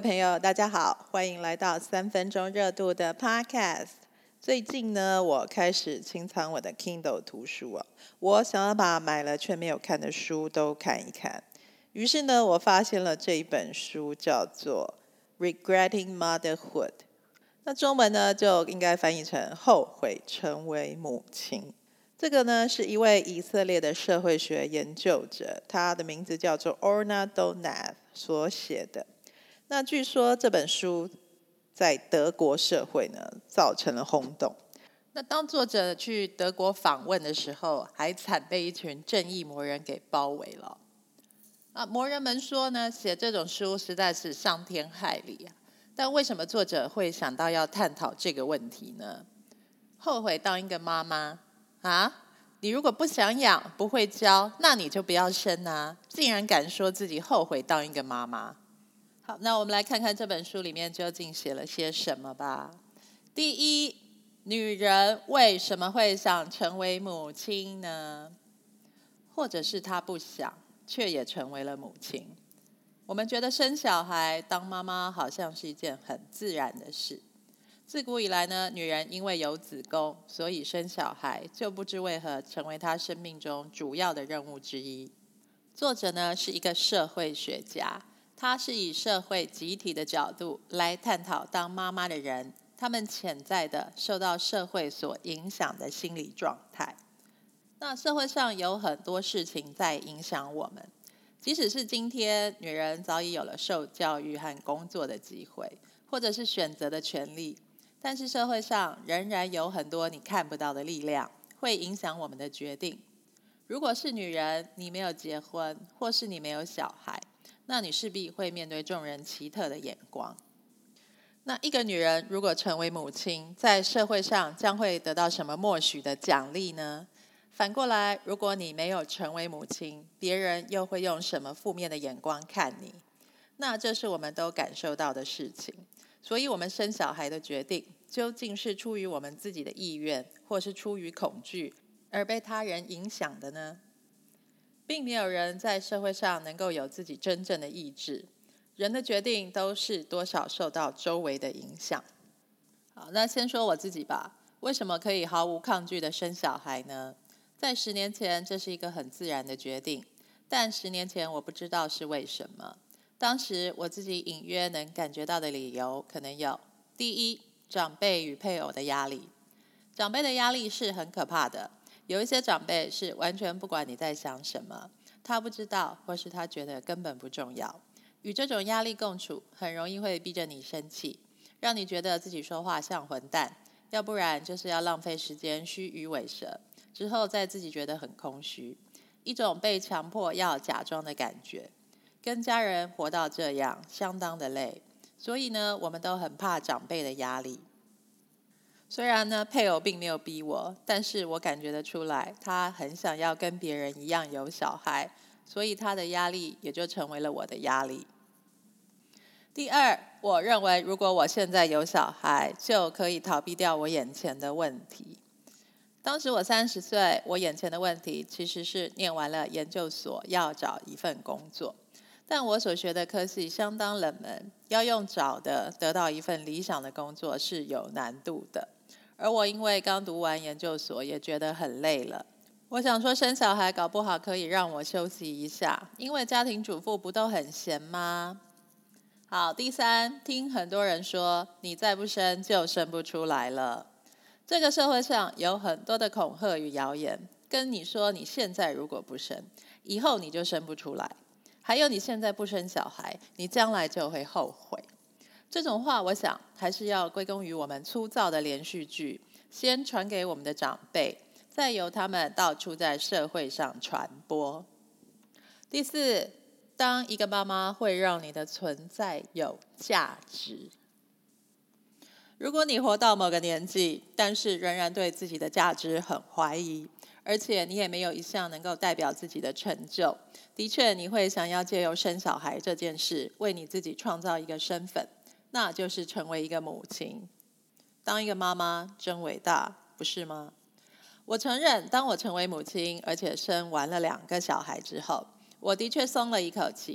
朋友，大家好，欢迎来到3分钟热度的 Podcast。最近呢，我开始清仓我的 Kindle 图书哦，我想要把买了却没有看的书都看一看。于是呢，我发现了这一本书，叫做《Regretting Motherhood》。那中文呢，就应该翻译成“后悔成为母亲”。这个呢，是一位以色列的社会学研究者，他的名字叫做 Orna Donath 所写的。那据说这本书在德国社会呢造成了轰动。那当作者去德国访问的时候，还惨被一群正义魔人给包围了。魔人们说呢，写这种书实在是伤天害理啊。但为什么作者会想到要探讨这个问题呢？后悔当一个妈妈啊？你如果不想养、不会教，那你就不要生啊！竟然敢说自己后悔当一个妈妈。好，那我们来看看这本书里面究竟写了些什么吧。第一，女人为什么会想成为母亲呢？或者是她不想，却也成为了母亲。我们觉得生小孩、当妈妈好像是一件很自然的事。自古以来呢，女人因为有子宫，所以生小孩就不知为何成为她生命中主要的任务之一。作者呢是一个社会学家，他是以社会集体的角度来探讨当妈妈的人，他们潜在的受到社会所影响的心理状态。那社会上有很多事情在影响我们，即使是今天女人早已有了受教育和工作的机会，或者是选择的权利，但是社会上仍然有很多你看不到的力量，会影响我们的决定。如果是女人，你没有结婚，或是你没有小孩，那你势必会面对众人奇特的眼光。那一个女人如果成为母亲，在社会上将会得到什么默许的奖励呢？反过来，如果你没有成为母亲，别人又会用什么负面的眼光看你？那这是我们都感受到的事情。所以我们生小孩的决定，究竟是出于我们自己的意愿，或是出于恐惧，而被他人影响的呢？并没有人在社会上能够有自己真正的意志，人的决定都是多少受到周围的影响。好，那先说我自己吧。为什么可以毫无抗拒的生小孩呢？在10年前，这是一个很自然的决定，但10年前我不知道是为什么。当时我自己隐约能感觉到的理由可能有：第一，长辈与配偶的压力。长辈的压力是很可怕的，有一些长辈是完全不管你在想什么，他不知道，或是他觉得根本不重要。与这种压力共处，很容易会逼着你生气，让你觉得自己说话像混蛋，要不然就是要浪费时间虚与委蛇，之后再自己觉得很空虚，一种被强迫要假装的感觉。跟家人活到这样，相当的累，所以呢，我们都很怕长辈的压力。虽然呢，配偶并没有逼我，但是我感觉得出来，他很想要跟别人一样有小孩，所以他的压力也就成为了我的压力。第二，我认为如果我现在有小孩，就可以逃避掉我眼前的问题。当时我30岁，我眼前的问题其实是念完了研究所，要找一份工作。但我所学的科系相当冷门，要用找的得到一份理想的工作是有难度的。而我因为刚读完研究所，也觉得很累了。我想说生小孩搞不好可以让我休息一下，因为家庭主妇不都很闲吗？好，第三，听很多人说你再不生就生不出来了。这个社会上有很多的恐吓与谣言，跟你说你现在如果不生，以后你就生不出来。还有你现在不生小孩，你将来就会后悔。这种话我想还是要归功于我们粗糙的连续剧，先传给我们的长辈，再由他们到处在社会上传播。第四，当一个妈妈会让你的存在有价值。如果你活到某个年纪，但是仍然对自己的价值很怀疑，而且你也没有一项能够代表自己的成就，的确你会想要借由生小孩这件事为你自己创造一个身份，那就是成为一个母亲。当一个妈妈真伟大，不是吗？我承认，当我成为母亲，而且生完了2个小孩之后，我的确松了一口气。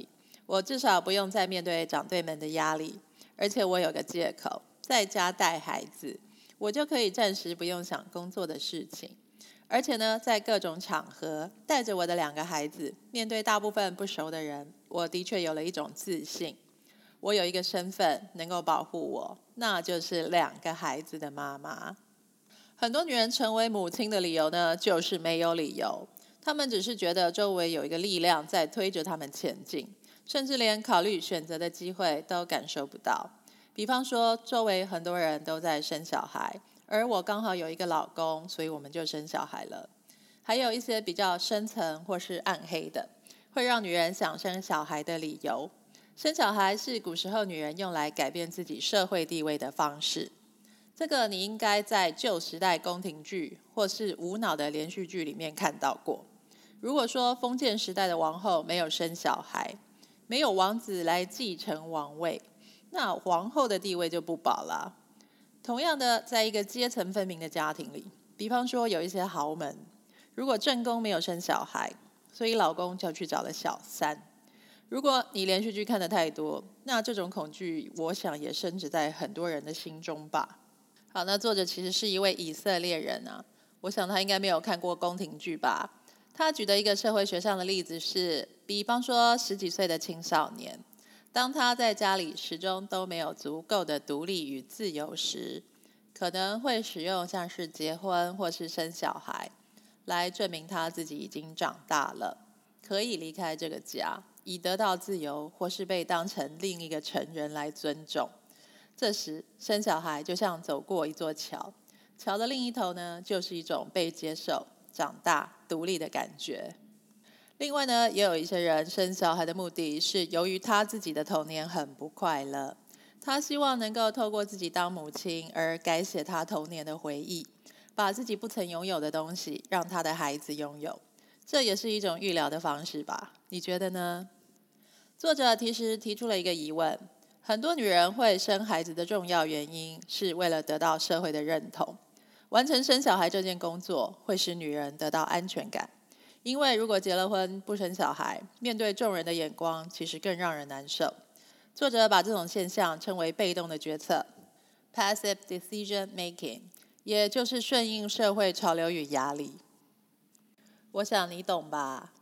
我至少不用再面对长辈们的压力，而且我有个借口，在家带孩子，我就可以暂时不用想工作的事情。而且呢，在各种场合带着我的2个孩子，面对大部分不熟的人，我的确有了一种自信。我有一个身份能够保护我，那就是2个孩子的妈妈。很多女人成为母亲的理由呢，就是没有理由。她们只是觉得周围有一个力量在推着她们前进，甚至连考虑选择的机会都感受不到。比方说，周围很多人都在生小孩，而我刚好有一个老公，所以我们就生小孩了。还有一些比较深层或是暗黑的，会让女人想生小孩的理由。生小孩是古时候女人用来改变自己社会地位的方式。这个你应该在旧时代宫廷剧或是无脑的连续剧里面看到过。如果说封建时代的王后没有生小孩，没有王子来继承王位，那皇后的地位就不保了。同样的，在一个阶层分明的家庭里，比方说有一些豪门，如果正宫没有生小孩，所以老公就去找了小三。如果你连续剧看得太多，那这种恐惧我想也深植在很多人的心中吧。好，那作者其实是一位以色列人啊，我想他应该没有看过宫廷剧吧。他举的一个社会学上的例子是，比方说10几岁的青少年，当他在家里始终都没有足够的独立与自由时，可能会使用像是结婚或是生小孩来证明他自己已经长大了，可以离开这个家，以得到自由或是被当成另一个成人来尊重。这时生小孩就像走过一座桥，桥的另一头呢，就是一种被接受、长大、独立的感觉。另外呢，也有一些人生小孩的目的是由于他自己的童年很不快乐，他希望能够透过自己当母亲而改写他童年的回忆，把自己不曾拥有的东西让他的孩子拥有。这也是一种育疗的方式吧？你觉得呢？作者其实提出了一个疑问，很多女人会生孩子的重要原因是为了得到社会的认同。完成生小孩这件工作会使女人得到安全感，因为如果结了婚不生小孩，面对众人的眼光其实更让人难受。作者把这种现象称为被动的决策 （passive decision making）， 也就是顺应社会潮流与压力。我想你懂吧？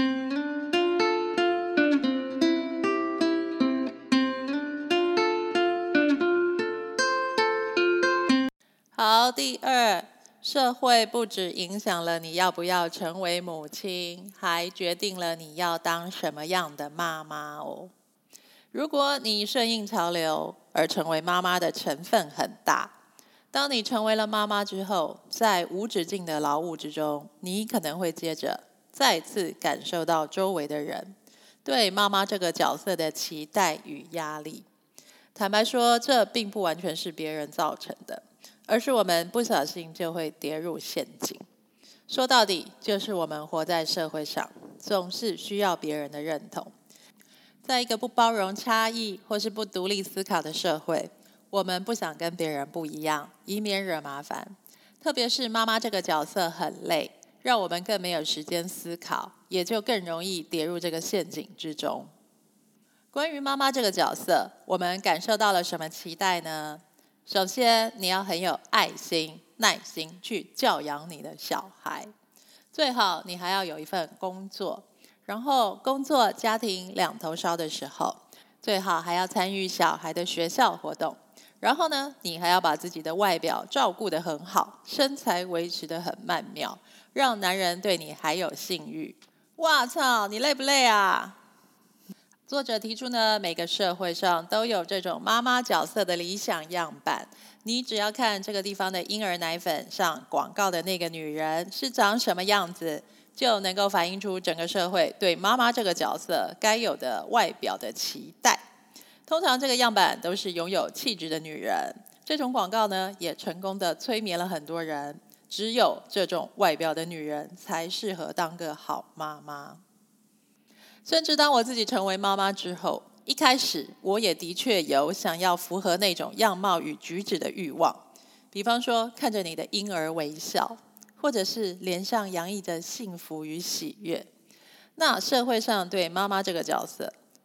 好，第2，社会不只影响了你要不要成为母亲，还决定了你要当什么样的妈妈哦。如果你顺应潮流而成为妈妈的成分很大，当你成为了妈妈之后，在无止境的劳务之中，你可能会接着再次感受到周围的人对妈妈这个角色的期待与压力。坦白说，这并不完全是别人造成的，而是我们不小心就会跌入陷阱。说到底，就是我们活在社会上，总是需要别人的认同。在一个不包容差异或是不独立思考的社会，我们不想跟别人不一样，以免惹麻烦。特别是妈妈这个角色很累，让我们更没有时间思考，也就更容易跌入这个陷阱之中。关于妈妈这个角色，我们感受到了什么期待呢？首先，你要很有爱心、耐心去教养你的小孩。最好你还要有一份工作，然后工作家庭两头烧的时候，最好还要参与小孩的学校活动。然后呢，你还要把自己的外表照顾得很好，身材维持得很曼妙，让男人对你还有性欲。哇操，你累不累啊？作者提出呢，每个社会上都有这种妈妈角色的理想样板。你只要看这个地方的婴儿奶粉上广告的那个女人是长什么样子，就能够反映出整个社会对妈妈这个角色该有的外表的期待。通常这个样板都是拥有气质的女人。这种广告呢，也成功的催眠了很多人。只有这种外表的女人才适合当个好妈妈。甚至当我自己成为妈妈之后，一开始我也的确有想要符合那种样貌与举止的欲望，比方说看着你的婴儿微笑，或者是脸上洋溢着幸福与喜悦。那社会上对妈妈这个角色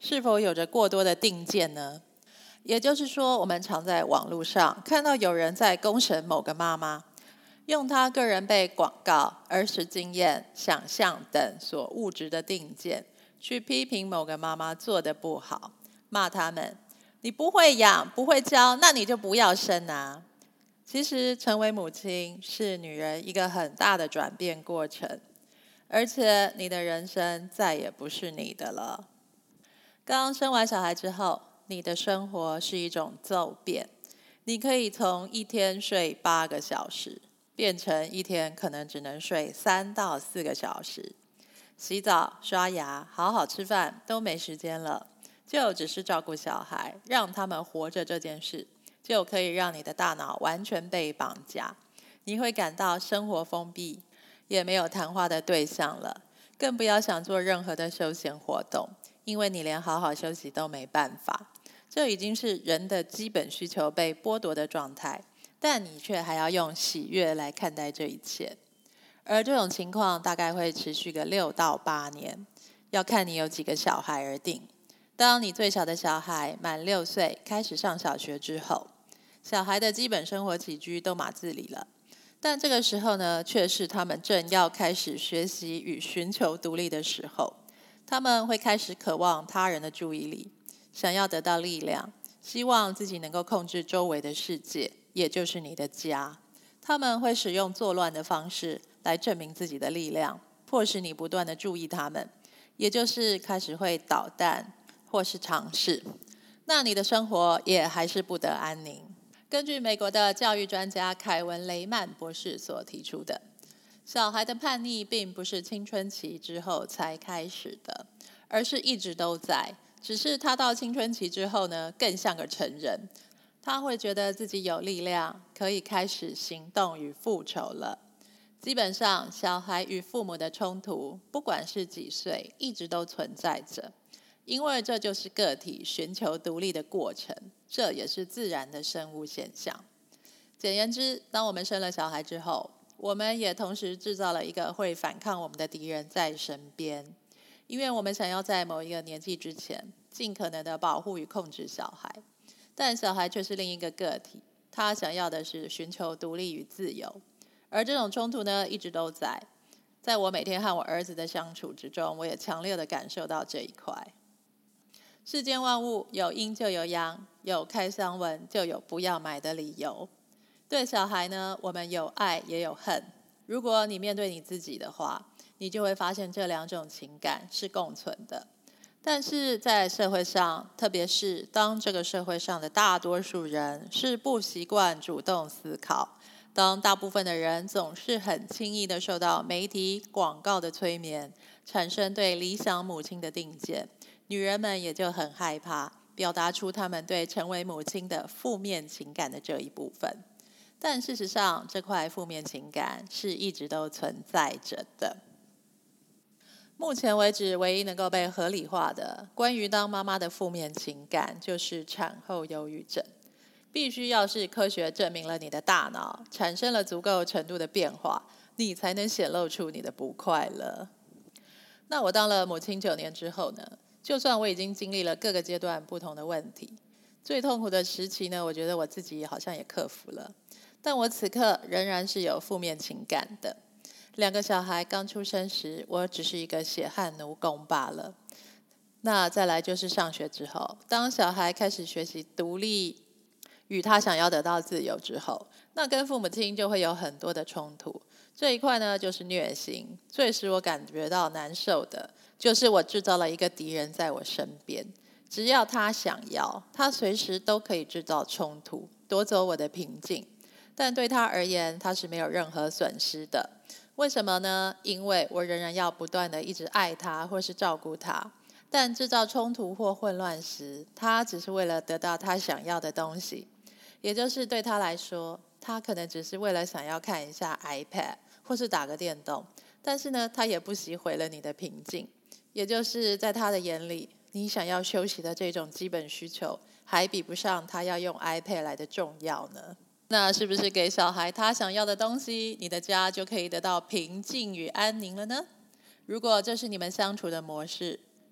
是否有着过多的定见呢？也就是说，我们常在网络上看到有人在公审某个妈妈，用他个人被广告、儿时经验、想象等所物质的定见，去批评某个妈妈做得不好，骂他们：你不会养，不会教，那你就不要生啊！其实，成为母亲是女人一个很大的转变过程，而且你的人生再也不是你的了。刚生完小孩之后，你的生活是一种骤变，你可以从一天睡8个小时，变成一天可能只能睡3到4个小时。洗澡、刷牙、好好吃饭都没时间了，就只是照顾小孩，让他们活着这件事，就可以让你的大脑完全被绑架。你会感到生活封闭，也没有谈话的对象了，更不要想做任何的休闲活动，因为你连好好休息都没办法。这已经是人的基本需求被剥夺的状态，但你却还要用喜悦来看待这一切。而这种情况大概会持续个6到8年，要看你有几个小孩而定。当你最小的小孩满6岁开始上小学之后，小孩的基本生活起居都码自理了，但这个时候呢，却是他们正要开始学习与寻求独立的时候。他们会开始渴望他人的注意力，想要得到力量，希望自己能够控制周围的世界，也就是你的家。他们会使用作乱的方式来证明自己的力量，迫使你不断的注意他们，也就是开始会捣蛋或是尝试。那你的生活也还是不得安宁。根据美国的教育专家凯文·雷曼博士所提出的，小孩的叛逆并不是青春期之后才开始的，而是一直都在，只是他到青春期之后呢，更像个成人。他会觉得自己有力量，可以开始行动与复仇了。基本上，小孩与父母的冲突，不管是几岁，一直都存在着，因为这就是个体寻求独立的过程，这也是自然的生物现象。简言之，当我们生了小孩之后，我们也同时制造了一个会反抗我们的敌人在身边，因为我们想要在某一个年纪之前，尽可能的保护与控制小孩。但小孩却是另一个个体，他想要的是寻求独立与自由，而这种冲突呢，一直都在。在我每天和我儿子的相处之中，我也强烈的感受到这一块。世间万物有阴就有阳，有开箱文就有不要买的理由。对小孩呢，我们有爱也有恨。如果你面对你自己的话，你就会发现这2种情感是共存的。但是在社会上，特别是当这个社会上的大多数人是不习惯主动思考，当大部分的人总是很轻易的受到媒体广告的催眠，产生对理想母亲的定见，女人们也就很害怕表达出她们对成为母亲的负面情感的这一部分。但事实上，这块负面情感是一直都存在着的。目前为止，唯一能够被合理化的关于当妈妈的负面情感，就是产后忧郁症。必须要是科学证明了你的大脑产生了足够程度的变化，你才能显露出你的不快乐。那我当了母亲9年之后呢，就算我已经经历了各个阶段不同的问题，最痛苦的时期呢，我觉得我自己好像也克服了，但我此刻仍然是有负面情感的。2个小孩刚出生时，我只是一个血汗奴工罢了。那再来就是上学之后，当小孩开始学习独立与他想要得到自由之后，那跟父母亲就会有很多的冲突。这一块呢，就是虐心。最使我感觉到难受的，就是我制造了一个敌人在我身边。只要他想要，他随时都可以制造冲突，夺走我的平静。但对他而言，他是没有任何损失的。为什么呢？因为我仍然要不断的一直爱他或是照顾他，但制造冲突或混乱时，他只是为了得到他想要的东西，也就是对他来说，他可能只是为了想要看一下 iPad 或是打个电动，但是呢，他也不惜毁了你的平静，也就是在他的眼里，你想要休息的这种基本需求，还比不上他要用 iPad 来的重要呢。那是不是给小孩他想要的东西，你的家就可以得到平静与安宁了呢？如果这是你们相处的模式，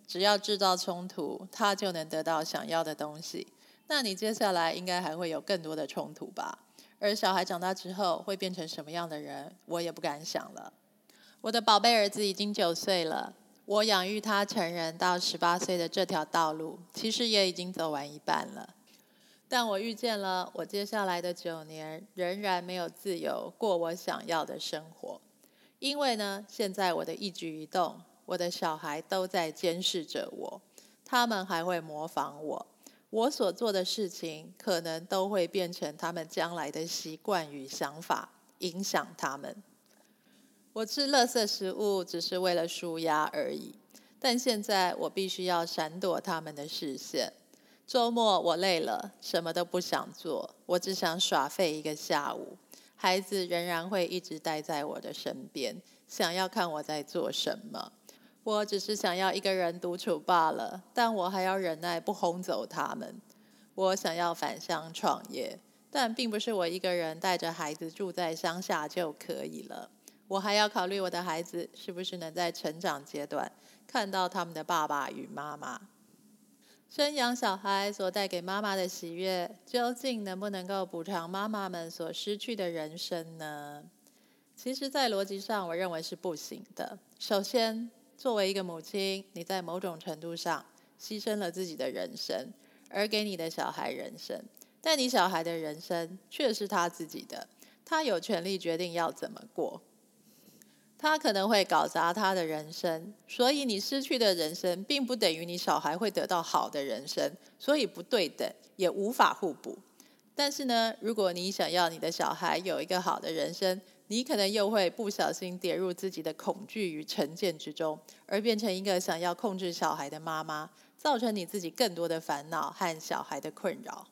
只要制造冲突，他就能得到想要的东西。那你接下来应该还会有更多的冲突吧？而小孩长大之后会变成什么样的人，我也不敢想了。我的宝贝儿子已经9岁了，我养育他成人到18岁的这条道路，其实也已经走完一半了。但我预见了我接下来的9年仍然没有自由过我想要的生活，因为呢，现在我的一举一动，我的小孩都在监视着我，他们还会模仿我，我所做的事情可能都会变成他们将来的习惯与想法，影响他们。我吃垃圾食物只是为了抒压而已，但现在我必须要闪躲他们的视线。周末我累了，什么都不想做，我只想耍废一个下午。孩子仍然会一直待在我的身边，想要看我在做什么。我只是想要一个人独处罢了，但我还要忍耐不轰走他们。我想要返乡创业，但并不是我一个人带着孩子住在乡下就可以了。我还要考虑我的孩子是不是能在成长阶段看到他们的爸爸与妈妈。生养小孩所带给妈妈的喜悦，究竟能不能够补偿妈妈们所失去的人生呢？其实在逻辑上我认为是不行的。首先，作为一个母亲，你在某种程度上牺牲了自己的人生，而给你的小孩人生，但你小孩的人生却是他自己的，他有权利决定要怎么过。他可能会搞砸他的人生，所以你失去的人生并不等于你小孩会得到好的人生，所以不对等，也无法互补。但是呢，如果你想要你的小孩有一个好的人生，你可能又会不小心跌入自己的恐惧与成见之中，而变成一个想要控制小孩的妈妈，造成你自己更多的烦恼和小孩的困扰。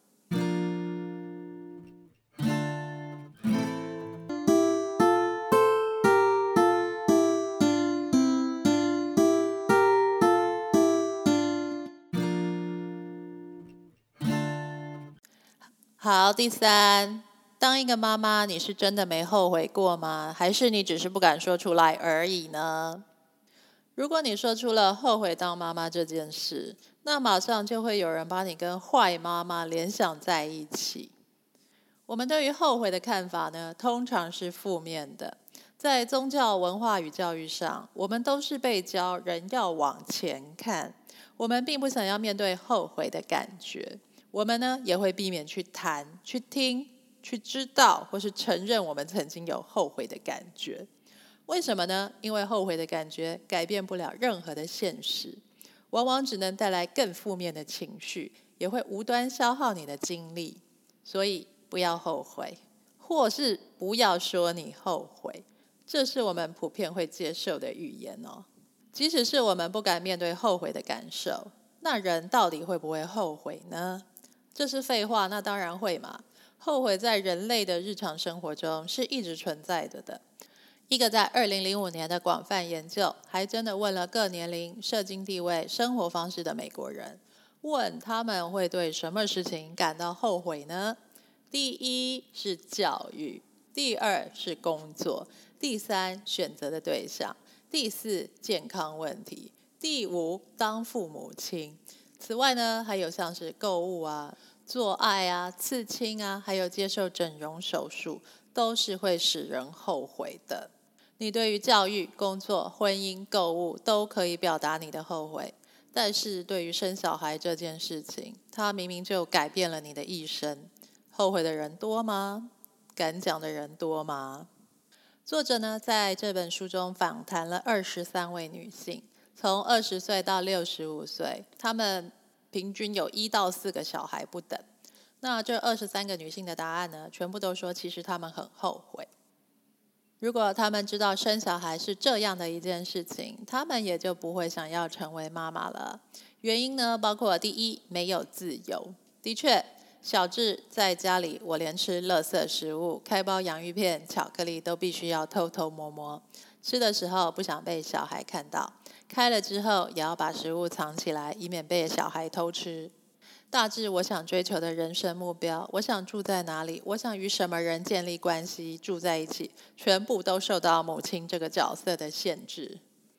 好，第三，当一个妈妈，你是真的没后悔过吗？还是你只是不敢说出来而已呢？如果你说出了后悔当妈妈这件事，那马上就会有人把你跟坏妈妈联想在一起。我们对于后悔的看法呢，通常是负面的。在宗教文化与教育上，我们都是被教人要往前看，我们并不想要面对后悔的感觉。我们呢，也会避免去谈、去听、去知道或是承认我们曾经有后悔的感觉。为什么呢？因为后悔的感觉改变不了任何的现实，往往只能带来更负面的情绪，也会无端消耗你的精力。所以不要后悔，或是不要说你后悔，这是我们普遍会接受的语言哦。即使是我们不敢面对后悔的感受，那人到底会不会后悔呢？这是废话，那当然会嘛。后悔在人类的日常生活中是一直存在的。一个在2005年的广泛研究，还真的问了各年龄、社经地位、生活方式的美国人，问他们会对什么事情感到后悔呢？第一是教育，第二是工作，第三选择的对象，第四健康问题，第五当父母亲。此外呢，还有像是购物啊、做爱啊、刺青啊，还有接受整容手术，都是会使人后悔的。你对于教育、工作、婚姻、购物都可以表达你的后悔，但是对于生小孩这件事情，它明明就改变了你的一生。后悔的人多吗？敢讲的人多吗？作者呢，在这本书中访谈了23位女性，从20岁到65岁，她们平均有1到4个小孩不等。那这23个女性的答案呢，全部都说其实她们很后悔。如果他们知道生小孩是这样的一件事情，他们也就不会想要成为妈妈了。原因呢，包括第一，没有自由。的确，小智在家里，我连吃垃圾食物、开包洋芋片、巧克力都必须要偷偷摸摸。吃的时候不想被小孩看到，开了之后也要把食物藏起来，以免被小孩偷吃。大致我想追求的人生目标，我想住在哪里，我想与什么人建立关系，住在一起，全部都受到母亲这个角色的限制。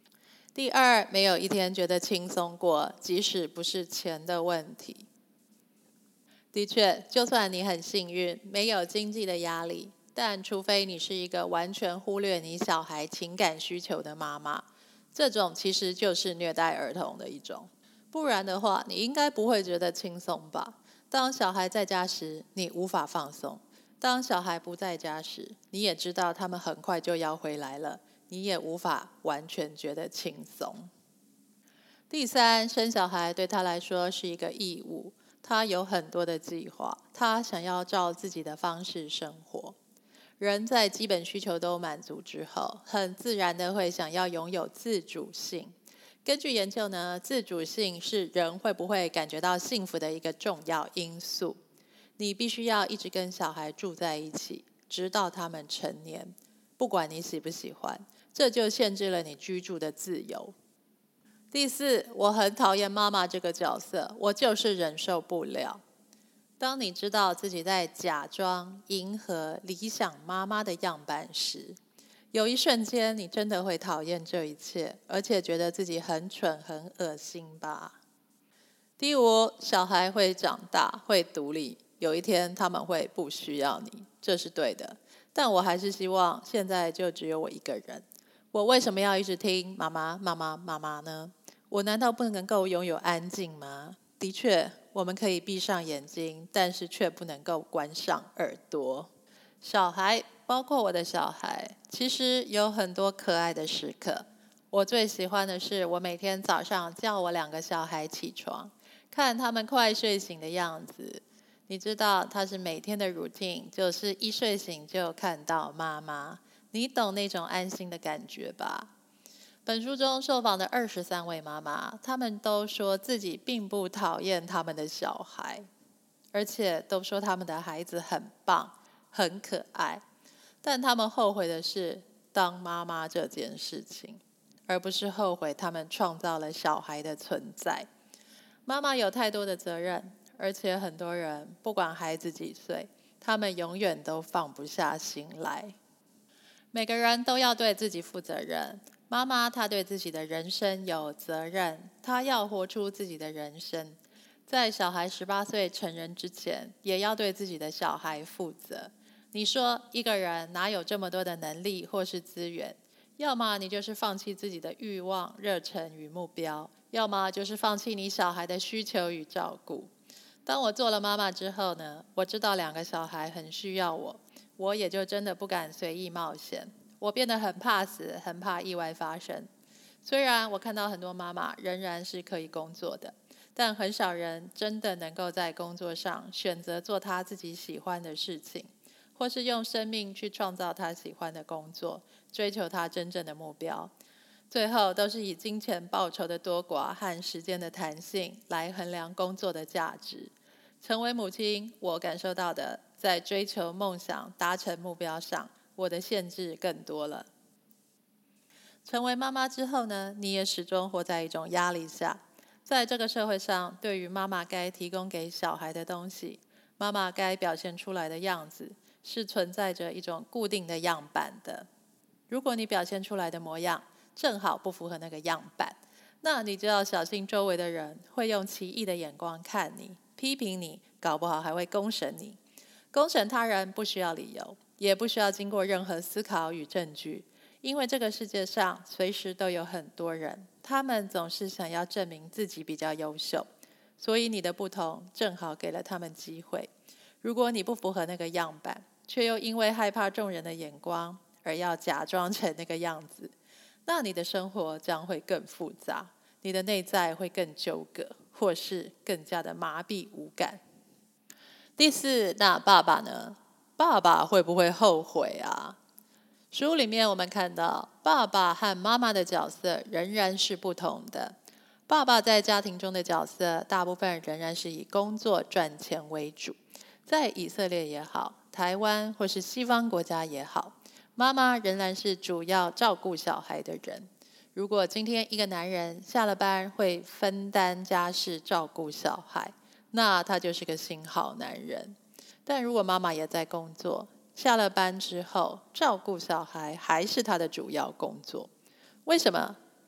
第二，没有一天觉得轻松过，即使不是钱的问题。的确，就算你很幸运，没有经济的压力，但除非你是一个完全忽略你小孩情感需求的妈妈，这种其实就是虐待儿童的一种。不然的话，你应该不会觉得轻松吧？当小孩在家时，你无法放松；当小孩不在家时，你也知道他们很快就要回来了，你也无法完全觉得轻松。第三，生小孩对他来说是一个义务，他有很多的计划，他想要照自己的方式生活。人在基本需求都满足之后，很自然的会想要拥有自主性。根据研究呢，自主性是人会不会感觉到幸福的一个重要因素。你必须要一直跟小孩住在一起，直到他们成年，不管你喜不喜欢，这就限制了你居住的自由。第四，我很讨厌妈妈这个角色，我就是忍受不了。当你知道自己在假装迎合理想妈妈的样板时，有一瞬间你真的会讨厌这一切，而且觉得自己很蠢很恶心吧。第五，小孩会长大，会独立，有一天他们会不需要你，这是对的。但我还是希望现在就只有我一个人。我为什么要一直听妈妈妈妈妈妈呢？我难道不能够拥有安静吗？的确，我们可以闭上眼睛，但是却不能够关上耳朵。小孩，包括我的小孩，其实有很多可爱的时刻。我最喜欢的是，我每天早上叫我2个小孩起床，看他们快睡醒的样子。你知道，他是每天的 routine， 就是一睡醒就看到妈妈。你懂那种安心的感觉吧？本书中受访的23位妈妈，她们都说自己并不讨厌他们的小孩，而且都说他们的孩子很棒、很可爱。但他们后悔的是当妈妈这件事情，而不是后悔他们创造了小孩的存在。妈妈有太多的责任，而且很多人不管孩子几岁，他们永远都放不下心来。每个人都要对自己负责任。妈妈她对自己的人生有责任，她要活出自己的人生。在小孩18岁成人之前，也要对自己的小孩负责。你说一个人哪有这么多的能力或是资源？要么你就是放弃自己的欲望、热忱与目标，要么就是放弃你小孩的需求与照顾。当我做了妈妈之后呢，我知道2个小孩很需要我，我也就真的不敢随意冒险。我变得很怕死，很怕意外发生。虽然我看到很多妈妈仍然是可以工作的，但很少人真的能够在工作上选择做他自己喜欢的事情，或是用生命去创造他喜欢的工作，追求他真正的目标。最后都是以金钱报酬的多寡和时间的弹性来衡量工作的价值。成为母亲，我感受到的，在追求梦想、达成目标上，我的限制更多了。成为妈妈之后呢，你也始终活在一种压力下。在这个社会上，对于妈妈该提供给小孩的东西，妈妈该表现出来的样子，是存在着一种固定的样板的。如果你表现出来的模样正好不符合那个样板，那你就要小心周围的人会用奇异的眼光看你，批评你，搞不好还会公审你。公审他人不需要理由，也不需要经过任何思考与证据，因为这个世界上随时都有很多人，他们总是想要证明自己比较优秀，所以你的不同正好给了他们机会。如果你不符合那个样板，却又因为害怕众人的眼光而要假装成那个样子，那你的生活将会更复杂，你的内在会更纠葛，或是更加的麻痹无感。第四，那爸爸呢？爸爸会不会后悔啊？书里面我们看到，爸爸和妈妈的角色仍然是不同的。爸爸在家庭中的角色，大部分仍然是以工作赚钱为主。在以色列也好，台湾或是西方国家也好，妈妈仍然是主要照顾小孩的人。如果今天一个男人下了班会分担家事、照顾小孩，那他就是个新好男人。但如果妈妈也在工作，下了班之后照顾小孩还是他的主要工作。为什么？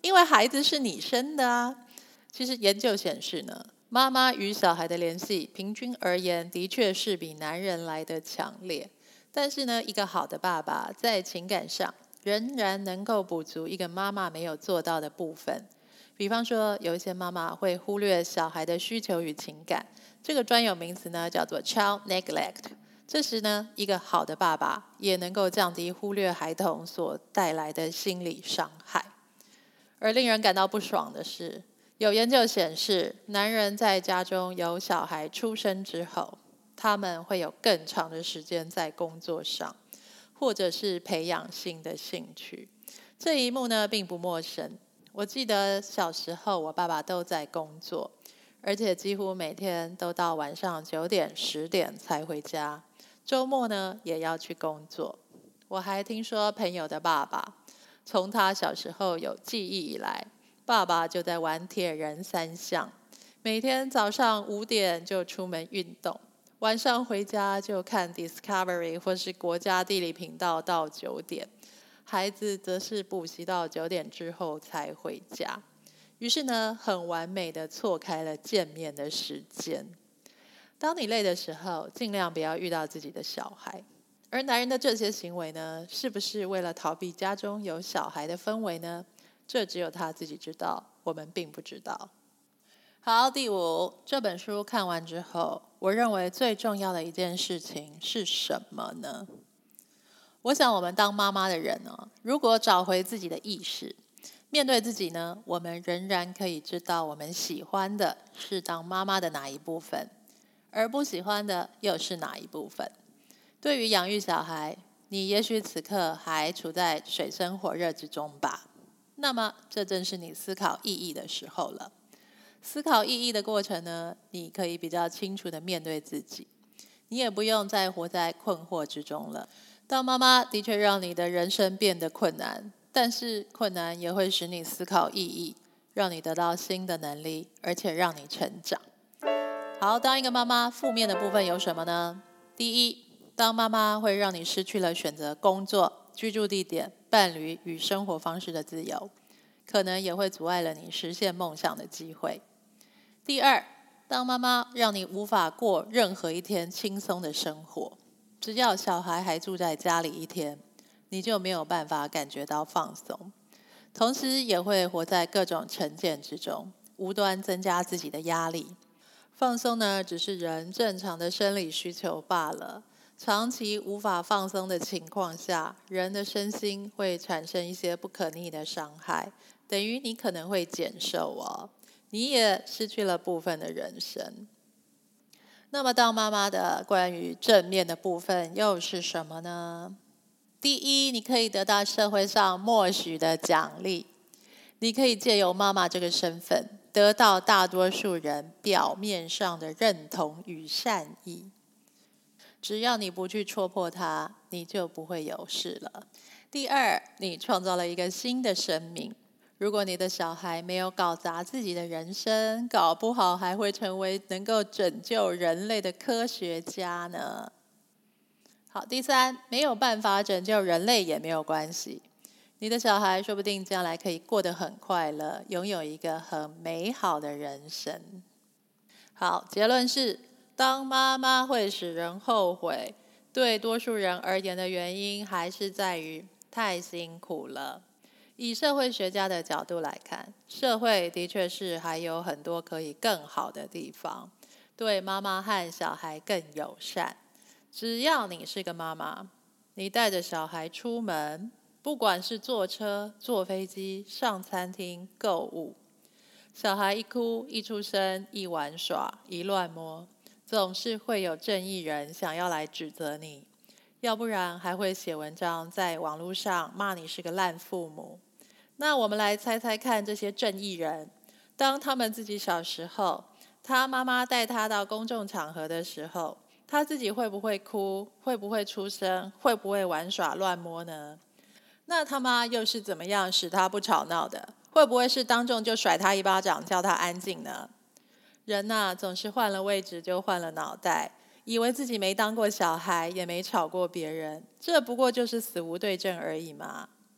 因为孩子是你生的啊。其实研究显示呢，妈妈与小孩的联系平均而言的确是比男人来得强烈。但是呢，一个好的爸爸在情感上仍然能够补足一个妈妈没有做到的部分。比方说，有一些妈妈会忽略小孩的需求与情感，这个专有名词呢叫做 child neglect。这时呢，一个好的爸爸也能够降低忽略孩童所带来的心理伤害。而令人感到不爽的是，有研究显示，男人在家中有小孩出生之后，他们会有更长的时间在工作上，或者是培养新的兴趣。这一幕呢，并不陌生。我记得小时候，我爸爸都在工作，而且几乎每天都到晚上9点、10点才回家。周末呢，也要去工作。我还听说朋友的爸爸，从他小时候有记忆以来，爸爸就在玩铁人3项，每天早上5点就出门运动，晚上回家就看 Discovery 或是国家地理频道到9点。孩子则是补习到9点之后才回家，于是呢，很完美的错开了见面的时间。当你累的时候，尽量不要遇到自己的小孩。而男人的这些行为呢，是不是为了逃避家中有小孩的氛围呢？这只有他自己知道，我们并不知道。好，第5，这本书看完之后，我认为最重要的一件事情是什么呢？我想我们当妈妈的人呢，如果找回自己的意识，面对自己呢，我们仍然可以知道我们喜欢的是当妈妈的哪一部分，而不喜欢的又是哪一部分。对于养育小孩，你也许此刻还处在水深火热之中吧，那么这正是你思考意义的时候了。思考意义的过程呢，你可以比较清楚地面对自己，你也不用再活在困惑之中了。当妈妈的确让你的人生变得困难，但是困难也会使你思考意义，让你得到新的能力，而且让你成长。好，当一个妈妈，负面的部分有什么呢？第一，当妈妈会让你失去了选择工作、居住地点、伴侣与生活方式的自由，可能也会阻碍了你实现梦想的机会。第二，当妈妈让你无法过任何一天轻松的生活，只要小孩还住在家里一天，你就没有办法感觉到放松，同时也会活在各种成见之中，无端增加自己的压力。放松呢，只是人正常的生理需求罢了。长期无法放松的情况下，人的身心会产生一些不可逆的伤害，等于你可能会减寿哦，你也失去了部分的人生。那么当妈妈的关于正面的部分又是什么呢？第一，你可以得到社会上默许的奖励，你可以借由妈妈这个身份，得到大多数人表面上的认同与善意。只要你不去戳破它，你就不会有事了。第二，你创造了一个新的生命。如果你的小孩没有搞砸自己的人生，搞不好还会成为能够拯救人类的科学家呢。好，第三，没有办法拯救人类也没有关系。你的小孩说不定将来可以过得很快乐，拥有一个很美好的人生。好，结论是，当妈妈会使人后悔，对多数人而言的原因还是在于太辛苦了。以社会学家的角度来看，社会的确是还有很多可以更好的地方，对妈妈和小孩更友善。只要你是个妈妈，你带着小孩出门，不管是坐车、坐飞机、上餐厅、购物，小孩一哭、一出生、一玩耍、一乱摸，总是会有正义人想要来指责你，要不然还会写文章在网络上骂你是个烂父母。那我们来猜猜看，这些正义人，当他们自己小时候，他妈妈带他到公众场合的时候，他自己会不会哭？会不会出声？会不会玩耍乱摸呢？那他妈又是怎么样使他不吵闹的？会不会是当众就甩他一巴掌，叫他安静呢？人啊，总是换了位置就换了脑袋，以为自己没当过小孩，也没吵过别人，这不过就是死无对证而已嘛。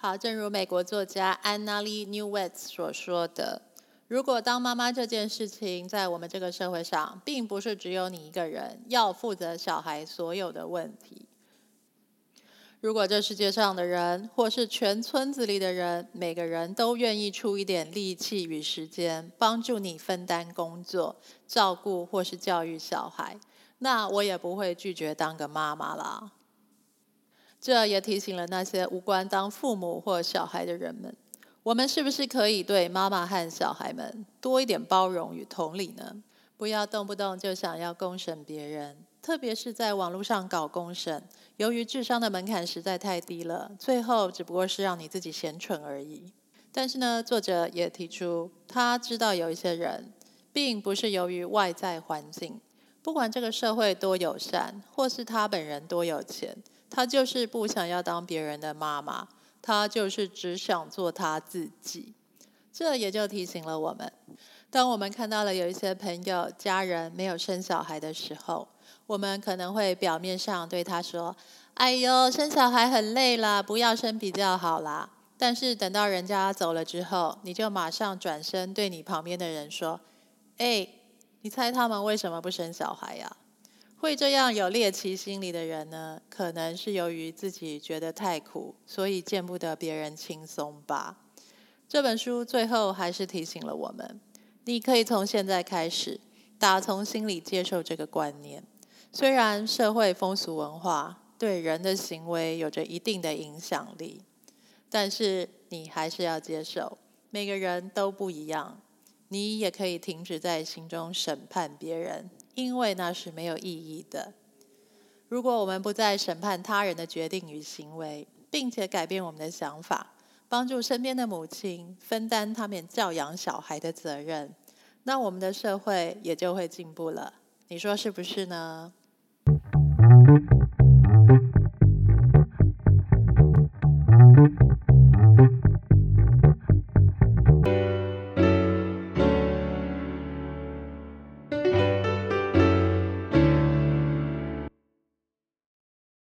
好，正如美国作家 Anna Lee Newitz 所说的，如果当妈妈这件事情在我们这个社会上，并不是只有你一个人要负责小孩所有的问题。如果这世界上的人，或是全村子里的人，每个人都愿意出一点力气与时间，帮助你分担工作、照顾或是教育小孩，那我也不会拒绝当个妈妈啦。这也提醒了那些无关当父母或小孩的人们，我们是不是可以对妈妈和小孩们多一点包容与同理呢？不要动不动就想要公审别人，特别是在网络上搞公审，由于智商的门槛实在太低了，最后只不过是让你自己嫌蠢而已。但是呢，作者也提出，他知道有一些人，并不是由于外在环境，不管这个社会多友善，或是他本人多有钱，他就是不想要当别人的妈妈，他就是只想做他自己。这也就提醒了我们，当我们看到了有一些朋友、家人没有生小孩的时候，我们可能会表面上对他说：“哎呦，生小孩很累啦，不要生比较好啦。”但是等到人家走了之后，你就马上转身对你旁边的人说：“哎，你猜他们为什么不生小孩呀？”会这样有猎奇心理的人呢，可能是由于自己觉得太苦，所以见不得别人轻松吧。这本书最后还是提醒了我们，你可以从现在开始，打从心里接受这个观念。虽然社会风俗文化对人的行为有着一定的影响力，但是你还是要接受，每个人都不一样。你也可以停止在心中审判别人，因为那是没有意义的。如果我们不再审判他人的决定与行为，并且改变我们的想法，帮助身边的母亲分担他们教养小孩的责任，那我们的社会也就会进步了。你说是不是呢？